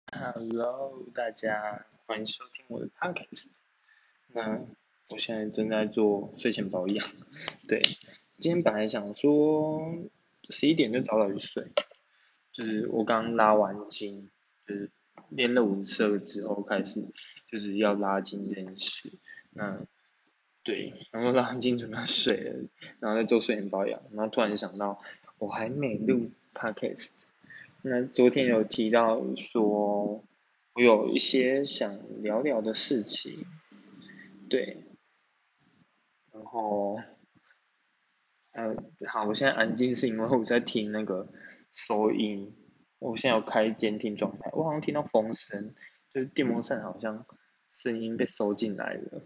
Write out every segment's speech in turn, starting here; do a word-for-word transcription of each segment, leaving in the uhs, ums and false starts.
Hello，大家欢迎收听我的 podcast。那我现在正在做睡前保养。对，今天本来想说十一点就早早去睡，就是我刚拉完筋，就是练了五色之后开始就是要拉筋这件事。那对，然后拉完筋准备要睡了，然后再做睡前保养，然后突然想到我还没录 podcast。那昨天有提到说，我有一些想聊聊的事情，对，然后，呃，好，我现在安静是因为我在听那个收音，我现在有开监听状态，我好像听到风声，就是电风扇好像声音被收进来了，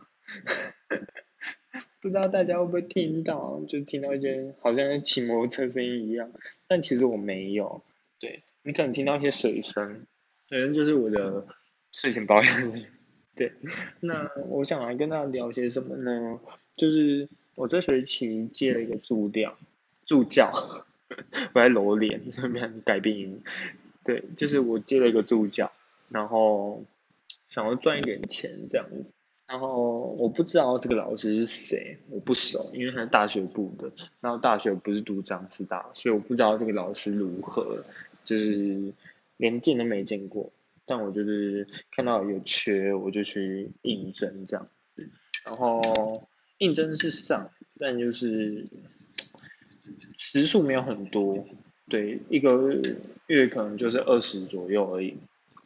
不知道大家会不会听到，就听到一些好像骑摩托车声音一样，但其实我没有，对，你可能听到一些水声，反正就是我的睡前保养声。对，那我想来跟大家聊些什么呢？就是我这学期接了一个助教，助教，我在裸脸，顺便改变音。对，就是我接了一个助教，然后想要赚一点钱这样子。然后我不知道这个老师是谁，我不熟，因为他是大学部的，然后大学不是读张师大，所以我不知道这个老师如何，就是连见都没见过。但我就是看到有缺，我就去应征这样子。然后应征是上，但就是时数没有很多，对，一个月可能就是二十左右而已。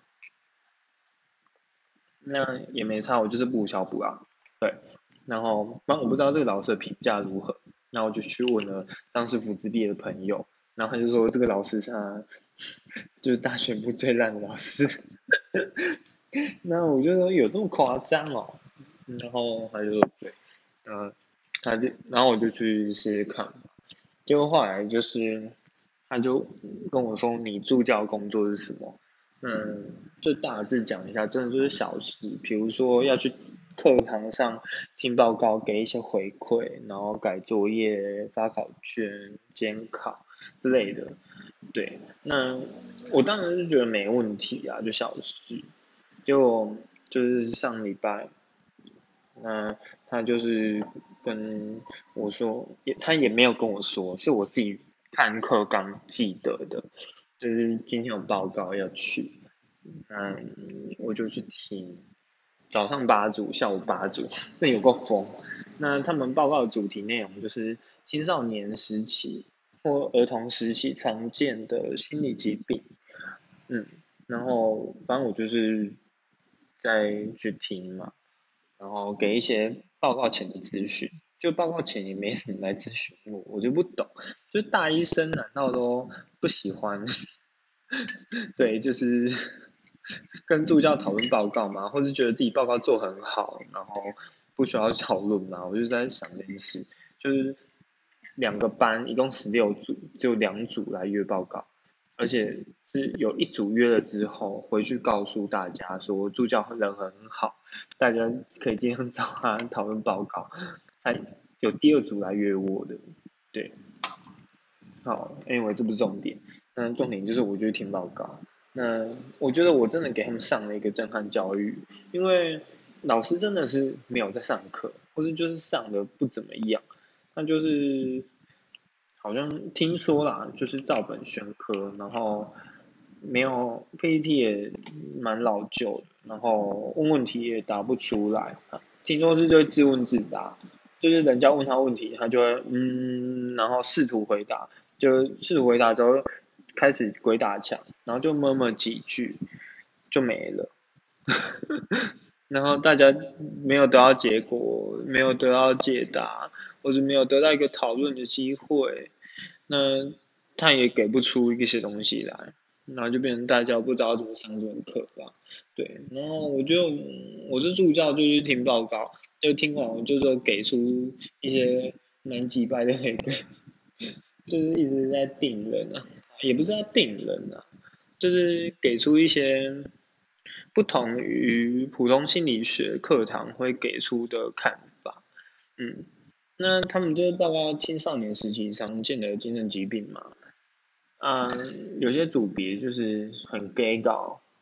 那也没差，我就是不无小补啊。对，然后那我不知道这个老师的评价如何，然后我就去问了当时辅职毕业的朋友，然后他就说这个老师是他就是大学部最烂的老师。那我就说有这么夸张哦？然后他就说对，嗯，他就然后我就去试试看，结果后来就是他就跟我说你助教工作是什么？嗯，就大致讲一下，真的就是小事，比如说要去课堂上听报告，给一些回馈，然后改作业、发考卷、监考之类的。对，那我当然是觉得没问题啊，就小事。就就是上礼拜，那他就是跟我说，也他也没有跟我说，是我自己看课刚记得的，就是今天有报告要去，嗯，我就去听，早上八组，下午八组，这有够疯。那他们报告的主题内容就是青少年时期或儿童时期常见的心理疾病，嗯，然后反正我就是在去听嘛，然后给一些报告前的资讯，就报告前也没什么来咨询我，我就不懂，就大一生难道都不喜欢？对，就是跟助教讨论报告嘛，或是觉得自己报告做很好，然后不需要讨论嘛，我就在想这件事，就是两个班一共十六组，就两组来约报告，而且是有一组约了之后回去告诉大家说助教人很好，大家可以尽量找他讨论报告，才有第二组来约我的，对，好，anyway 这不是重点，那重点就是我觉得听报告。那我觉得我真的给他们上了一个震撼教育，因为老师真的是没有在上课，或者就是上的不怎么样，那就是好像听说啦，就是照本宣科，然后没有 P P T 也蛮老旧的，然后问问题也答不出来，听说是就会自问自答，就是人家问他问题，他就会嗯，然后试图回答，就试图回答之后开始鬼打墙，然后就默默几句就没了，然后大家没有得到结果，没有得到解答，或者没有得到一个讨论的机会，那他也给不出一些东西来，然后就变成大家不知道怎么上这门课吧。对，然后我就我是助教，就是听报告，就听完我就说给出一些蛮几百的那个，就是一直在定人啊，也不是在定人啊，就是给出一些不同于普通心理学课堂会给出的看法。嗯，那他们就是报告青少年时期常见的精神疾病嘛，嗯，有些组别就是很 gay 搞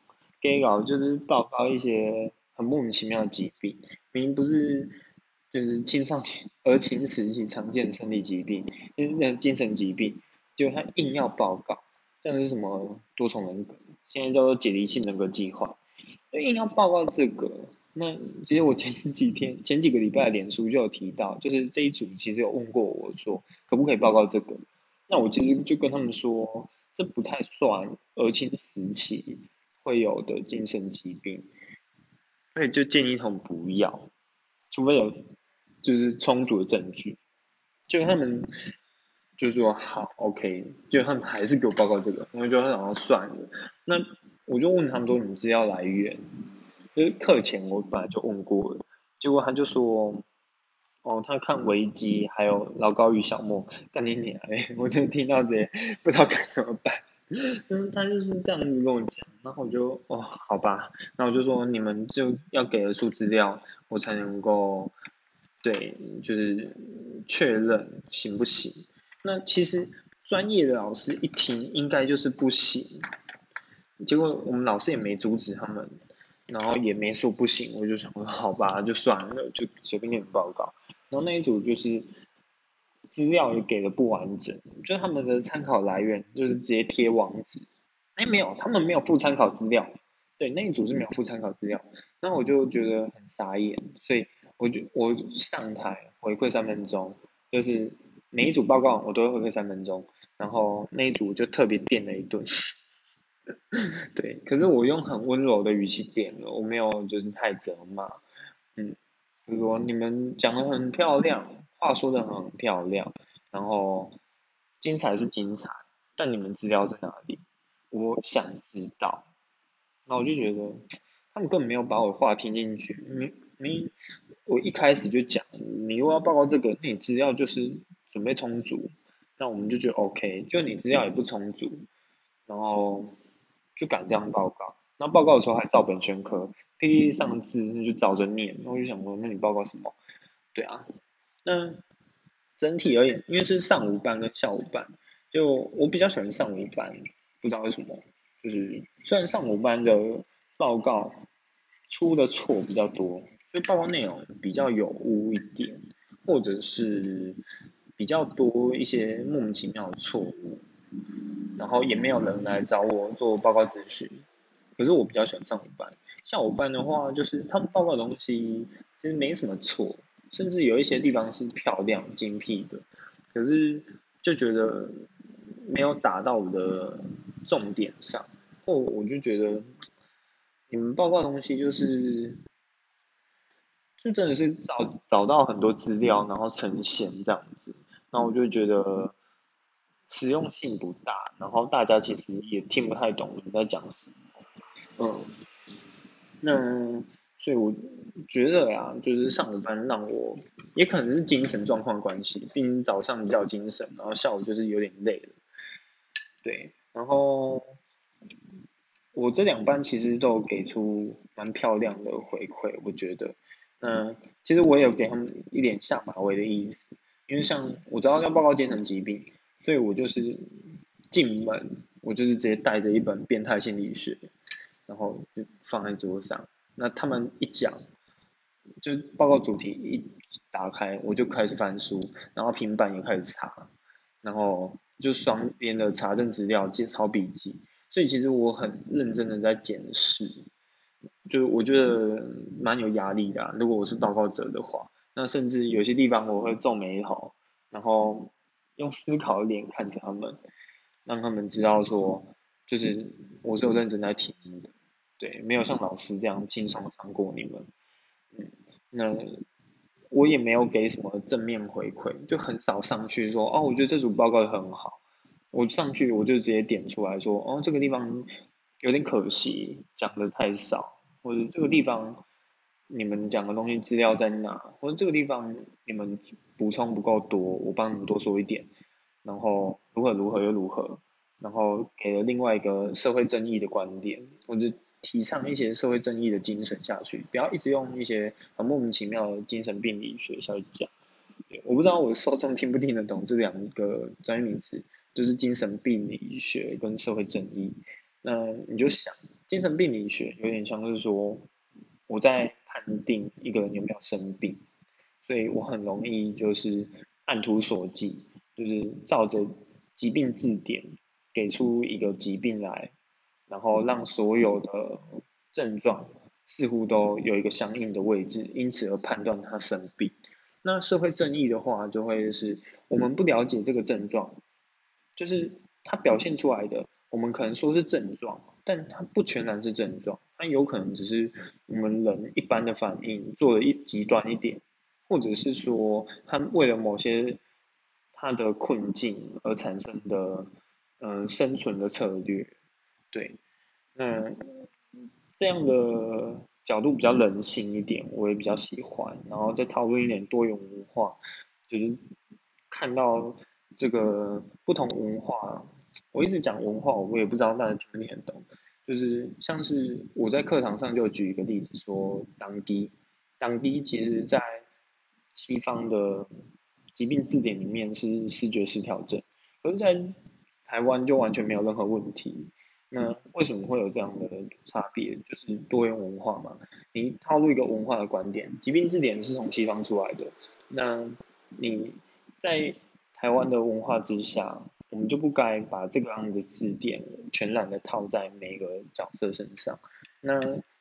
给稿就是报告一些很莫名其妙的疾病，明明不是就是青少年儿青时期常见的生理疾病，就是那精神疾病，就他硬要报告，像是什么多重人格，现在叫做解离性人格计划，就硬要报告这个。那其实我前几天前几个礼拜的脸书就有提到，就是这一组其实有问过我说可不可以报告这个，那我其实就跟他们说，这不太算儿青时期会有的精神疾病，所以就建议他们不要，除非有就是充足的证据。就他们就说好 OK，就他们还是给我报告这个，我就想要算了。那我就问他们说你们资料来源，就是课前我本来就问过了，结果他就说哦，他看维基还有老高与小莫，干你娘嘞！我真的听到这些不知道该怎么办。嗯，他就是这样子跟我讲，然后我就哦，好吧，然后我就说你们就要给得出资料，我才能够对，就是确认行不行。那其实专业的老师一听，应该就是不行。结果我们老师也没阻止他们，然后也没说不行，我就想说好吧，就算了，就随便给你们报告。然后那一组就是资料也给的不完整，就是他们的参考来源就是直接贴网址，哎没有，他们没有附参考资料，对，那一组是没有附参考资料，那我就觉得很傻眼，所以我就我上台回馈三分钟，就是每一组报告我都会回馈三分钟，然后那一组就特别电了一顿，对，可是我用很温柔的语气电了，我没有就是太责骂，嗯，就是说你们讲的很漂亮，话说的很漂亮，然后精彩是精彩，但你们资料在哪里？我想知道。那我就觉得他们根本没有把我话听进去。你你我一开始就讲，你如果要报告这个，那你资料就是准备充足，那我们就觉得 OK。就你资料也不充足，然后就敢这样报告。那报告的时候还照本宣科，P P T 上字那就照着念。然后我就想说，那你报告什么？对啊，那整体而言，因为是上午班跟下午班，就我比较喜欢上午班，不知道为什么。就是虽然上午班的报告出的错比较多，就报告内容比较有误一点，或者是比较多一些莫名其妙的错误，然后也没有人来找我做报告咨询。可是我比较喜欢上午班，下午班的话，就是他们报告的东西其实没什么错，甚至有一些地方是漂亮精辟的，可是就觉得没有打到我的重点上，或我就觉得你们报告的东西就是就真的是找找到很多资料，然后呈现这样子，那我就觉得实用性不大，然后大家其实也听不太懂你们在讲什么，嗯，那所以我觉得呀，就是上午班让我也可能是精神状况关系，毕竟早上比较精神，然后下午就是有点累了，对，然后我这两班其实都有给出蛮漂亮的回馈，我觉得，嗯，其实我也有给他们一点下马威的意思，因为像我知道要报告精神疾病，所以我就是进门，我就是直接带着一本变态心理学，然后就放在桌上，那他们一讲，就报告主题一打开，我就开始翻书，然后平板也开始查，然后就双边的查证资料、记抄笔记，所以其实我很认真的在检视，就我觉得蛮有压力的啊，如果我是报告者的话，那甚至有些地方我会皱眉头，然后用思考的脸看着他们，让他们知道说，就是我是有认真在听的，对，没有像老师这样轻松的放过你们，嗯，那我也没有给什么正面回馈，就很少上去说，哦，我觉得这组报告很好，我上去我就直接点出来说，哦，这个地方有点可惜，讲的太少，或者这个地方你们讲的东西资料在哪，或者这个地方你们补充不够多，我帮你们多说一点，然后如何如何又如何，然后给了另外一个社会正义的观点，或者提倡一些社会正义的精神下去，不要一直用一些很莫名其妙的精神病理学下去讲。我不知道我的受众听不听得懂这两个专业名词，就是精神病理学跟社会正义。那你就想， 精神病理学有点像是说我在判定一个人有没有生病，所以我很容易就是按图索骥，就是照着疾病字典给出一个疾病来，然后让所有的症状似乎都有一个相应的位置，因此而判断他生病。那社会正义的话，就会是我们不了解这个症状，就是它表现出来的，我们可能说是症状，但它不全然是症状，它有可能只是我们人一般的反应做了一极端一点，或者是说他为了某些他的困境而产生的嗯、呃生存的策略，对，那这样的角度比较人性一点，我也比较喜欢，然后再讨论一点多元文化，就是看到这个不同文化，我一直讲文化，我也不知道大家听不听得懂。就是像是我在课堂上就举一个例子说，当地，当地其实在西方的疾病字典里面是视觉失调症，可是，在台湾就完全没有任何问题。那为什么会有这样的差别？就是多元文化嘛。你套入一个文化的观点，疾病字典是从西方出来的，那你在台湾的文化之下，我们就不该把这个样的字典全然的套在每一个角色身上。那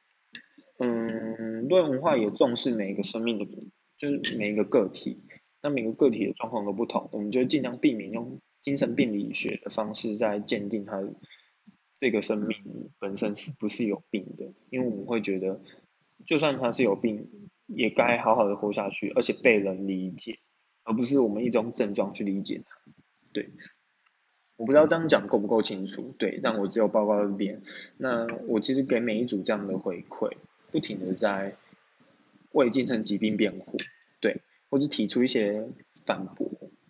嗯，多元文化也重视每一个生命的，就是每一个个体。那每个个体的状况都不同，我们就尽量避免用精神病理学的方式在鉴定他这个生命本身是不是有病的，因为我们会觉得，就算他是有病，也该好好的活下去，而且被人理解，而不是我们一种症状去理解他。对，我不知道这样讲够不够清楚，对，但我只有报告这边。那我其实给每一组这样的回馈，不停的在为精神疾病辩护，对，或者提出一些反驳，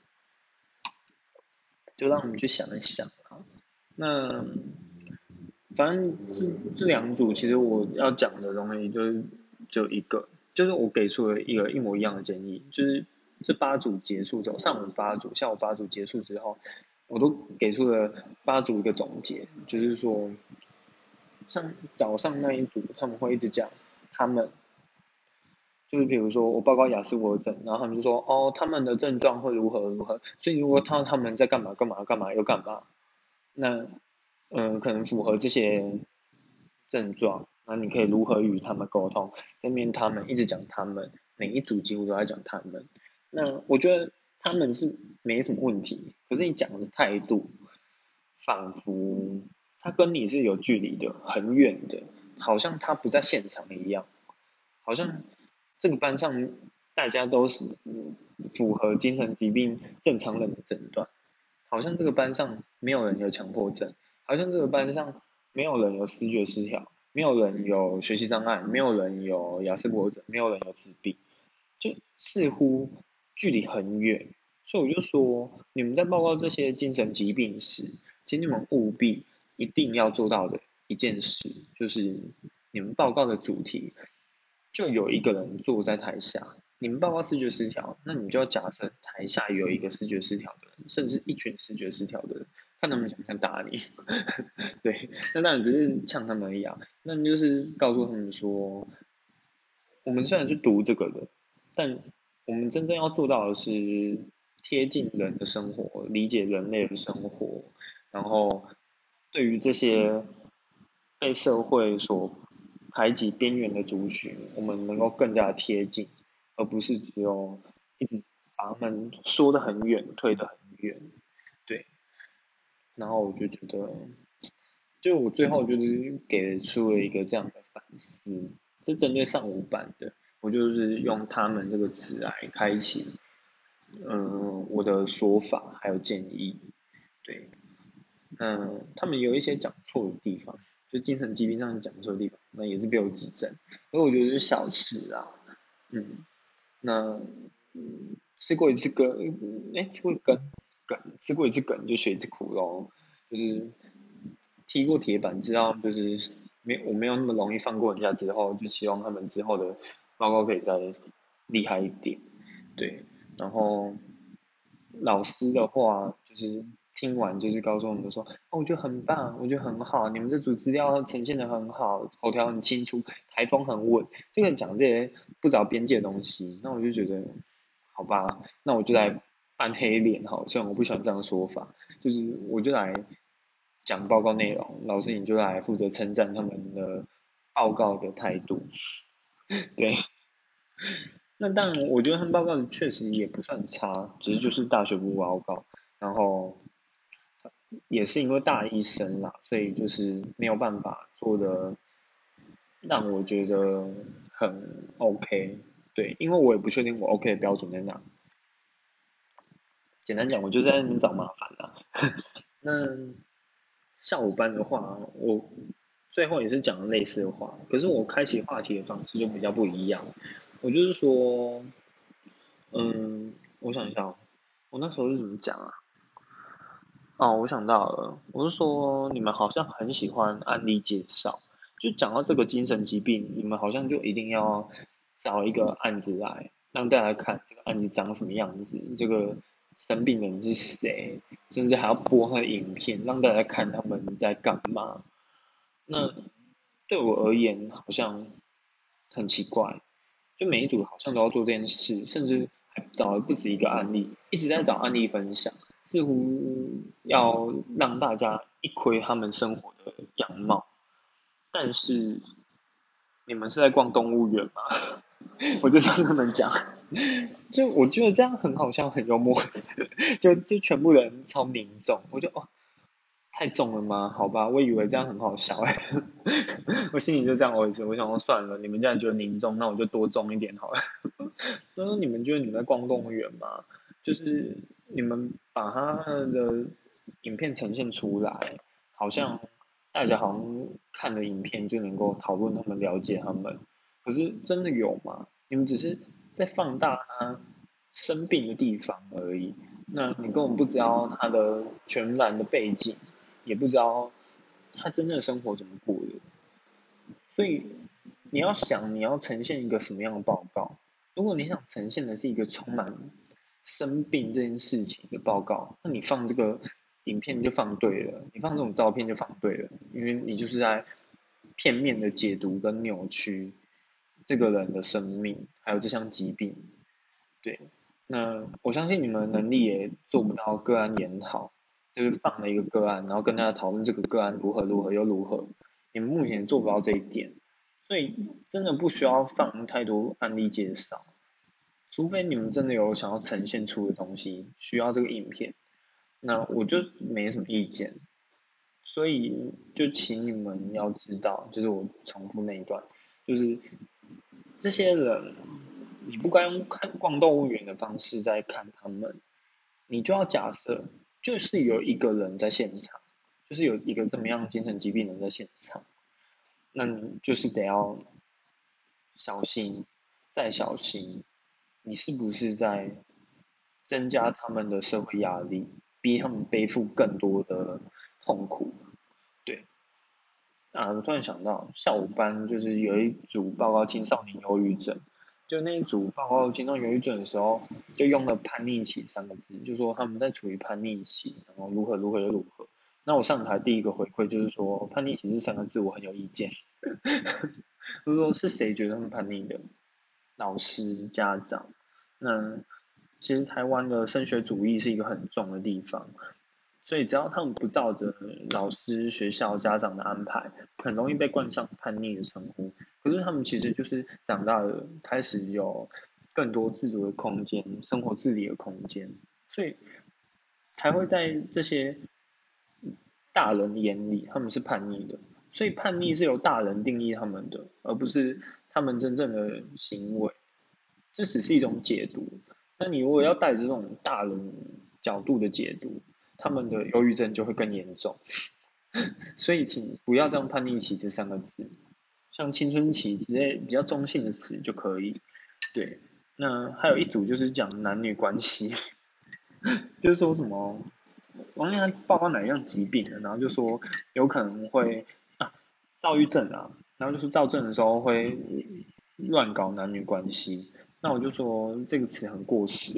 就让我们去想一想啊。那反正这这两组其实我要讲的东西就是就一个，就是我给出了一个一模一样的建议，就是这八组结束之后，上午八组、下午八组结束之后，我都给出了八组一个总结，就是说，像早上那一组他们会一直讲他们，就是比如说我报告雅思伯症，然后他们就说哦他们的症状会如何如何，所以如果他他们在干嘛干嘛干嘛又干嘛，那嗯，可能符合这些症状，那你可以如何与他们沟通？这边他们一直讲他们，每一组几乎都在讲他们。那我觉得他们是没什么问题，可是你讲的态度，仿佛他跟你是有距离的，很远的，好像他不在现场一样，好像这个班上大家都是符合精神疾病正常人的诊断，好像这个班上没有人有强迫症。好像这个班上没有人有视觉失调，没有人有学习障碍，没有人有亚斯伯格，没有人有自闭，就似乎距离很远。所以我就说，你们在报告这些精神疾病时，请你们务必一定要做到的一件事，就是你们报告的主题就有一个人坐在台下，你们报告视觉失调，那你就要假设台下有一个视觉失调的人，甚至一群视觉失调的人，看他们想不想打你。对，那当然只是呛他们而已啊。那你就是告诉他们说，我们虽然是读这个的，但我们真正要做到的是贴近人的生活，理解人类的生活，然后对于这些被社会所排挤边缘的族群，我们能够更加贴近，而不是只有一直把他们说得很远，推得很远。对，然后我就觉得，就我最后就是给出了一个这样的反思，是针对上午版的，我就是用他们这个词来开启，嗯，我的说法还有建议，对，嗯，他们有一些讲错的地方，就精神疾病上讲错的地方，那也是被我指正，所以我觉得是小事啊，嗯，那嗯，吃过一次梗，哎，吃过梗梗，吃过一次梗就学一次苦咯，就是踢过铁板，知道就是没我没有那么容易放过人家之后，就希望他们之后的报告可以再厉害一点，对，然后老师的话就是听完就是告诉我们说，哦，我觉得很棒，我觉得很好，你们这组资料呈现的很好，口条很清楚，台风很稳，就跟讲这些不着边界的东西，那我就觉得，好吧，那我就来扮黑脸哈，虽然我不喜欢这样的说法，就是我就来讲报告内容，老师你就来负责称赞他们的报告的态度，对，那当然我觉得他们报告确实也不算差，只是就是大学部报告，然后也是因为大一生啦，所以就是没有办法做的让我觉得很 OK。对，因为我也不确定我 OK 的标准在哪。简单讲，我就在那边找麻烦啦。那下午班的话，我最后也是讲了类似的话，可是我开启话题的方式就比较不一样。我就是说，嗯，我想一下哦，我那时候是怎么讲啊？哦，我想到了，我是说你们好像很喜欢案例介绍，就讲到这个精神疾病，你们好像就一定要找一个案子来让大家看这个案子长什么样子，这个生病的人是谁，甚至还要播他的影片让大家看他们在干嘛。那对我而言好像很奇怪，就每一组好像都要做这件事，甚至还找了不止一个案例，一直在找案例分享，似乎要让大家一窥他们生活的样貌。但是你们是在逛动物园吗？我就这样跟他们讲，就我觉得这样很好笑，很幽默，就就全部人超凝重，我就哦太重了吗？好吧，我以为这样很好笑哎，我心里就这样回事。我想说算了，你们既然觉得凝重，那我就多重一点好了。他说你们觉得你们在逛动物园吗？就是你们把他的影片呈现出来，好像大家好像看了影片就能够讨论他们、了解他们，可是真的有吗？你们只是在放大他生病的地方而已。那你根本不知道他的全然的背景，也不知道他真正的生活怎么过的。所以你要想你要呈现一个什么样的报告。如果你想呈现的是一个充满生病这件事情的报告，那你放这个影片就放对了，你放这种照片就放对了，因为你就是在片面的解读跟扭曲这个人的生命，还有这项疾病。对，那我相信你们能力也做不到个案研讨，就是放了一个个案，然后跟大家讨论这个个案如何如何又如何，你们目前做不到这一点，所以真的不需要放太多案例介绍，除非你们真的有想要呈现出的东西，需要这个影片，那我就没什么意见。所以就请你们要知道，就是我重复那一段，就是这些人，你不该用看逛动物园的方式在看他们，你就要假设，就是有一个人在现场，就是有一个这么样精神疾病的人在现场，那你就是得要小心，再小心，你是不是在增加他们的社会压力，逼他们背负更多的痛苦？对，啊，我突然想到，下午班就是有一组报告青少年忧郁症，就那一组报告青少年忧郁症的时候，就用了叛逆期三个字，就说他们在处于叛逆期，然后如何如何又如何。那我上台第一个回馈就是说，叛逆期这三个字我很有意见，就是说是谁觉得他们叛逆的？老师、家长。那其实台湾的升学主义是一个很重的地方，所以只要他们不照着老师、学校、家长的安排，很容易被冠上叛逆的称呼。可是他们其实就是长大了，开始有更多自主的空间，生活自理的空间，所以才会在这些大人眼里，他们是叛逆的。所以叛逆是由大人定义他们的，而不是他们真正的行为。这只是一种解读。那你如果要带着这种大人角度的解读，他们的忧郁症就会更严重。所以请不要这样叛逆期这三个字，像青春期之类比较中性的词就可以。对，那还有一组就是讲男女关系，就是说什么，忘记他报告哪一样疾病了，然后就说有可能会啊，躁郁症啊，然后就是躁症的时候会乱搞男女关系，那我就说这个词很过时，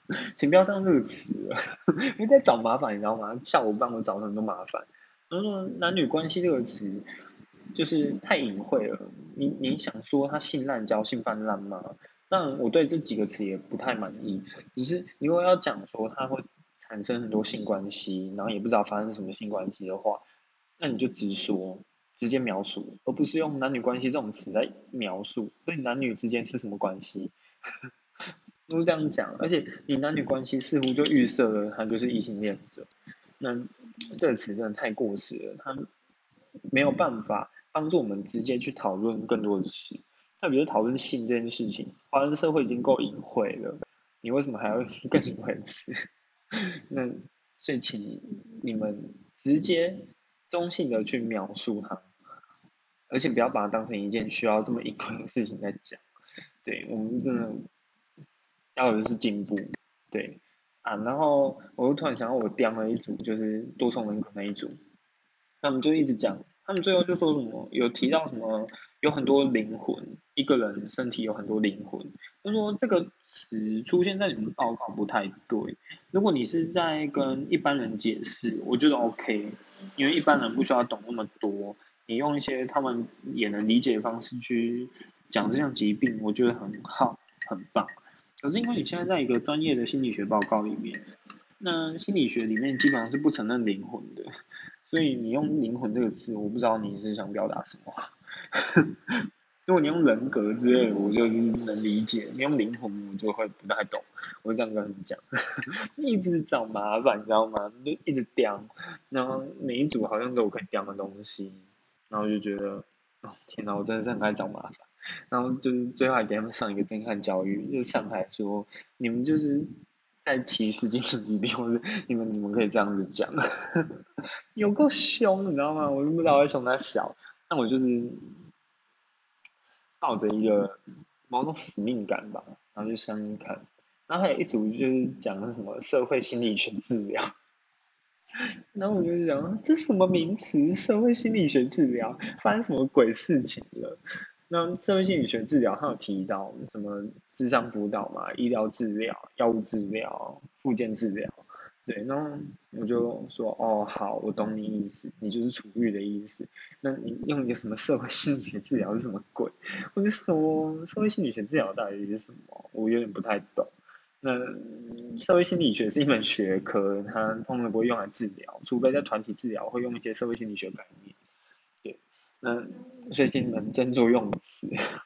请不要上这个词了，因为在找麻烦，你知道吗？下午帮我找很多麻烦。然后男女关系这个词就是太隐晦了，你你想说他性滥交、性泛滥吗？但我对这几个词也不太满意，只是你如果要讲说他会产生很多性关系，然后也不知道发生什么性关系的话，那你就直说，直接描述，而不是用男女关系这种词来描述。所以男女之间是什么关系？都这样讲，而且你男女关系似乎就预设了他就是异性恋者，那这个词真的太过时了，它没有办法帮助我们直接去讨论更多的事。特别是讨论性这件事情，华人社会已经够隐晦了，你为什么还要更隐晦的词？那所以请你们直接中性的去描述它，而且不要把它当成一件需要这么隐晦的事情在讲。对我们真的要的是进步，对啊，然后我又突然想到，我刁了一组，就是多重人格那一组，他们就一直讲，他们最后就说什么，有提到什么，有很多灵魂，一个人身体有很多灵魂，他说这个词出现在你们报告不太对，如果你是在跟一般人解释，我觉得 OK，因为一般人不需要懂那么多，你用一些他们也能理解的方式去讲这项疾病，我觉得很好，很棒。可是因为你现在在一个专业的心理学报告里面，那心理学里面基本上是不承认灵魂的，所以你用灵魂这个词，我不知道你是想表达什么。如果你用人格之类的，我就能理解；你用灵魂，我就会不太懂。我这样跟他们讲，一直找麻烦，你知道吗？就一直刁，然后每一组好像都有可以刁的东西，然后就觉得，哦天哪，我真的是很爱找麻烦。然后就是最后还给他们上一个震撼教育，就是上台说，你们就是在歧视精神疾病，或者你们怎么可以这样子讲？有够凶，你知道吗？我都不知道为什么他小，但我就是抱着一个某种使命感吧，然后就相信看。然后还有一组就是讲的什么社会心理学治疗，然后我就想，这什么名词？社会心理学治疗发生什么鬼事情了？那社会心理学治疗，它有提到什么智商辅导嘛、医疗治疗、药物治疗、复健治疗，对，那我就说哦，好，我懂你意思，你就是处愈的意思。那你用一个什么社会心理学治疗是什么鬼？我就说社会心理学治疗到底是什么？我有点不太懂。那社会心理学是一门学科，它通常不会用来治疗，除非在团体治疗会用一些社会心理学概念。对，那所以请你们斟酌用词。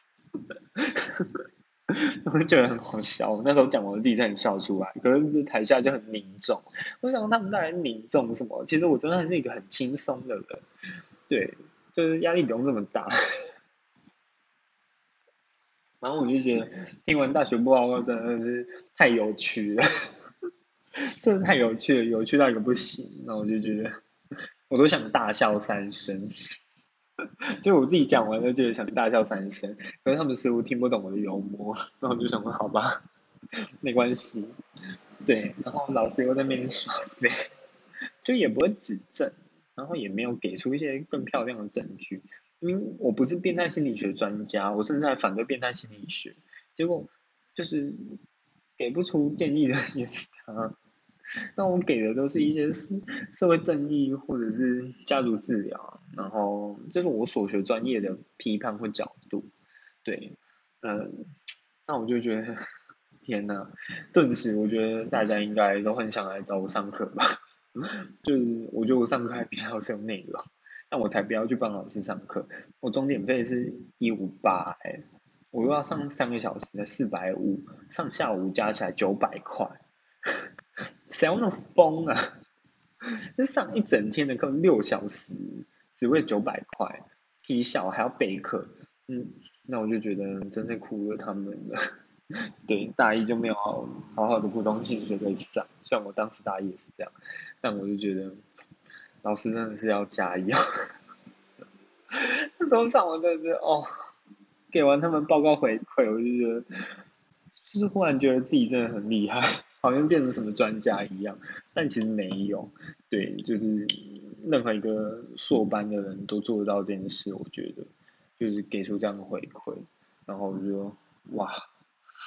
我就觉得很好笑。那时候讲我自己在很笑出来，可是就台下就很凝重。我想他们在凝重什么？其实我真的是一个很轻松的人，对，就是压力不用这么大。然后我就觉得听完大学报告真的是太有趣了，真的太有趣了，有趣到一个不行。那我就觉得我都想大笑三声，就我自己讲完都觉得想大笑三声，可是他们似乎听不懂我的幽默，然后我就想说好吧，没关系。对，然后老师又在那边耍废，就也不会指正，然后也没有给出一些更漂亮的证据。因为我不是变态心理学专家，我甚至还反对变态心理学，结果就是给不出建议的也是他。那我给的都是一些社社会正义或者是家族治疗，然后这是我所学专业的批判或角度。对，嗯，那我就觉得天呐，顿时我觉得大家应该都很想来找我上课吧。就是我觉得我上课还比较是有内容，但我才不要去帮老师上课。我钟点费是一五八，哎，我又要上三个小时才四百五，上下午加起来九百块，谁要那么疯啊？就上一整天的课六小时，只为九百块，批小还要备课，嗯，那我就觉得真是苦了他们了。对，大一就没有好好好的普通性学可以上，虽然我当时大一也是这样，但我就觉得老师真的是要加油。那时候上完真的是哦，给完他们报告回馈，我就觉得，就是忽然觉得自己真的很厉害，好像变成什么专家一样，但其实没有。对，就是任何一个硕班的人都做得到这件事，我觉得就是给出这样的回馈，然后我就哇，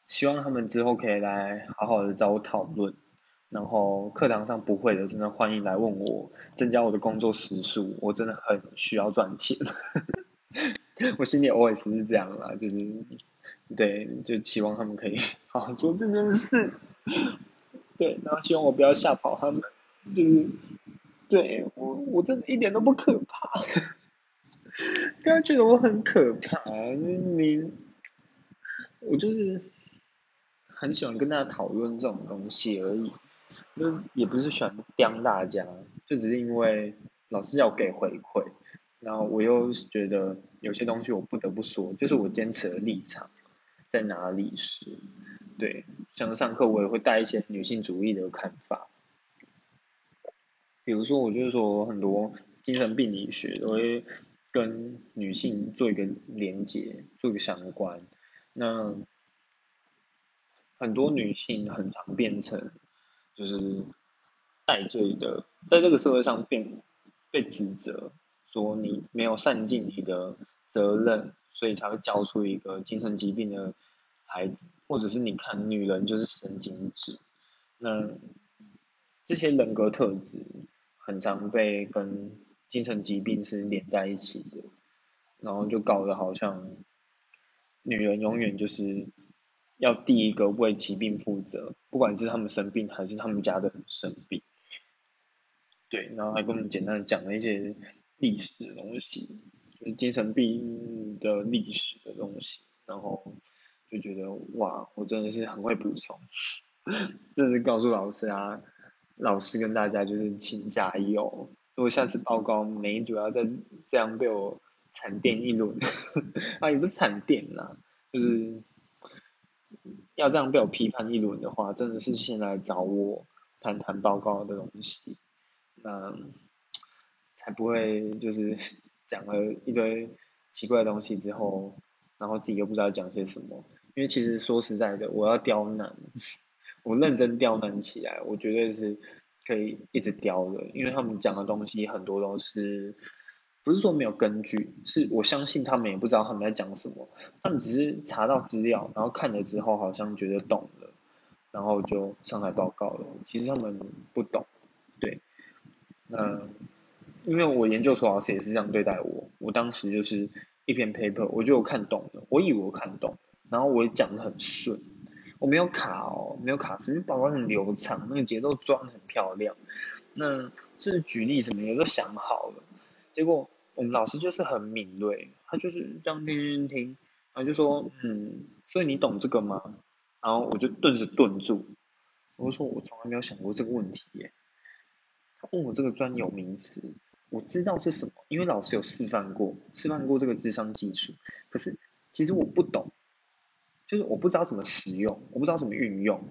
希望他们之后可以来好好的找我讨论，然后课堂上不会的，真的欢迎来问我，增加我的工作时数，我真的很需要赚钱。我心里 always 是这样啦，就是对，就期望他们可以好好做这件事，对，然后希望我不要吓跑他们，就是对我我真的一点都不可怕，不要觉得我很可怕，你我就是很喜欢跟大家讨论这种东西而已，就也不是喜欢刁大家，就只是因为老师要给回馈，然后我又觉得有些东西我不得不说，就是我坚持的立场在哪里时，对，像上课我也会带一些女性主义的看法，比如说我就是说很多精神病理学都会跟女性做一个连接，做一个相关，那很多女性很常变成就是戴罪的，在这个社会上变被指责说你没有善尽你的责任，所以才会教出一个精神疾病的孩子，或者是你看女人就是神经质，那这些人格特质很常被跟精神疾病是连在一起的，然后就搞得好像女人永远就是要第一个为疾病负责，不管是他们生病还是他们家的人生病。对，然后还跟我们简单的讲了一些历史的东西，就是精神病的历史的东西，然后就觉得哇，我真的是很会补充，真的是告诉老师啊，老师跟大家就是请加油，如果下次报告每一组要再这样被我惨电一轮，啊也不是惨电啦，就是要这样被我批判一轮的话，真的是先来找我谈谈报告的东西，那才不会就是讲了一堆奇怪的东西之后，然后自己又不知道讲些什么。因为其实说实在的，我要刁难，我认真刁难起来，我绝对是可以一直刁的，因为他们讲的东西很多都是不是说没有根据，是我相信他们也不知道他们在讲什么，他们只是查到资料，然后看了之后好像觉得懂了，然后就上台报告了。其实他们不懂，对，那因为我研究所老师也是这样对待我，我当时就是一篇 paper，我就看懂了，我以为我看懂，然后我也讲的很顺，我没有卡哦，没有卡词，因为报告很流畅，那个节奏抓的很漂亮，那是举例什么也都想好了，结果我们老师就是很敏锐，他就是这样听听听，然后就说，嗯，所以你懂这个吗？然后我就顿时顿住，我就说我从来没有想过这个问题耶。他问我这个专有名词，我知道是什么，因为老师有示范过，示范过这个智商技术。可是其实我不懂，就是我不知道怎么使用，我不知道怎么运用，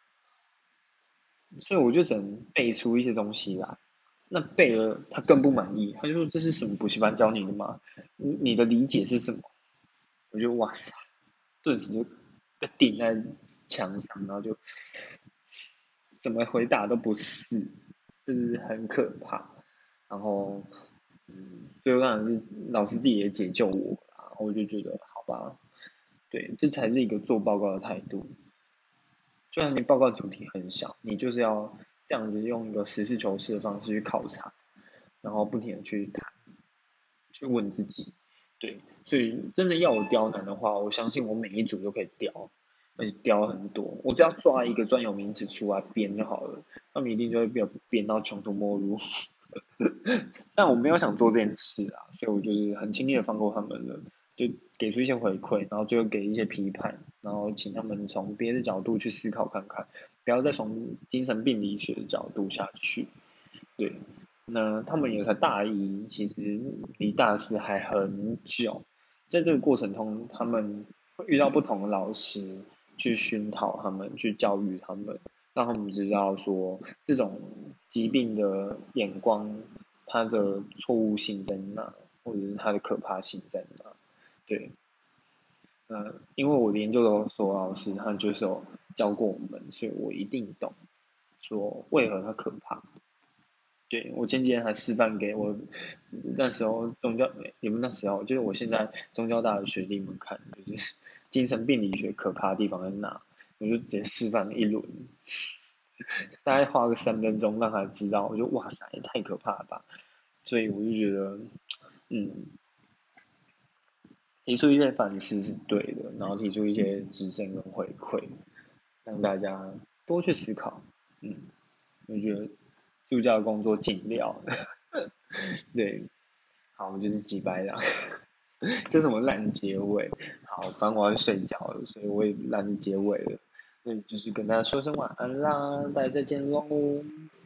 所以我就只能背出一些东西来。那背了，他更不满意，他就说这是什么补习班教你的吗？你你的理解是什么？我就哇塞，顿时就被顶在墙上，然后就怎么回答都不是，就是很可怕。然后，嗯，最后当然是老师自己也解救我啦，我就觉得好吧，对，这才是一个做报告的态度。虽然你报告主题很小，你就是要这样子用一个实事求是的方式去考察，然后不停的去谈，去问自己，对，所以真的要我刁难的话，我相信我每一组都可以刁，而且刁很多，我只要抓一个专有名词出来编就好了，他们一定就会被我编到穷途末路。但我没有想做这件事啊，所以我就是很轻易的放过他们了，就给出一些回馈，然后最后给一些批判，然后请他们从别的角度去思考看看，不要再从精神病理学的角度下去。对，那他们也才大一，其实离大四还很久，在这个过程中，他们会遇到不同的老师去熏陶他们，去教育他们，让他们知道说这种疾病的眼光，它的错误性在哪，或者是它的可怕性在哪。对，嗯，因为我的研究所老师他就是有教过我们，所以我一定懂，说为何它可怕。对，我前几天还示范给我那时候宗教，也不是那时候，就是我现在宗教大的学弟们看，就是精神病理学可怕的地方在哪，我就直接示范了一轮，大概花个三分钟让他知道，我就哇塞，太可怕了吧，所以我就觉得，嗯，提出一些反思是对的，然后提出一些指正跟回馈，让大家多去思考，嗯，我觉得助教的工作尽料，对，好，我就是几白了。这什么烂结尾？好，反正我要睡觉了，所以我也懒得结尾了。那就是跟大家说声晚安啦，大家再见喽。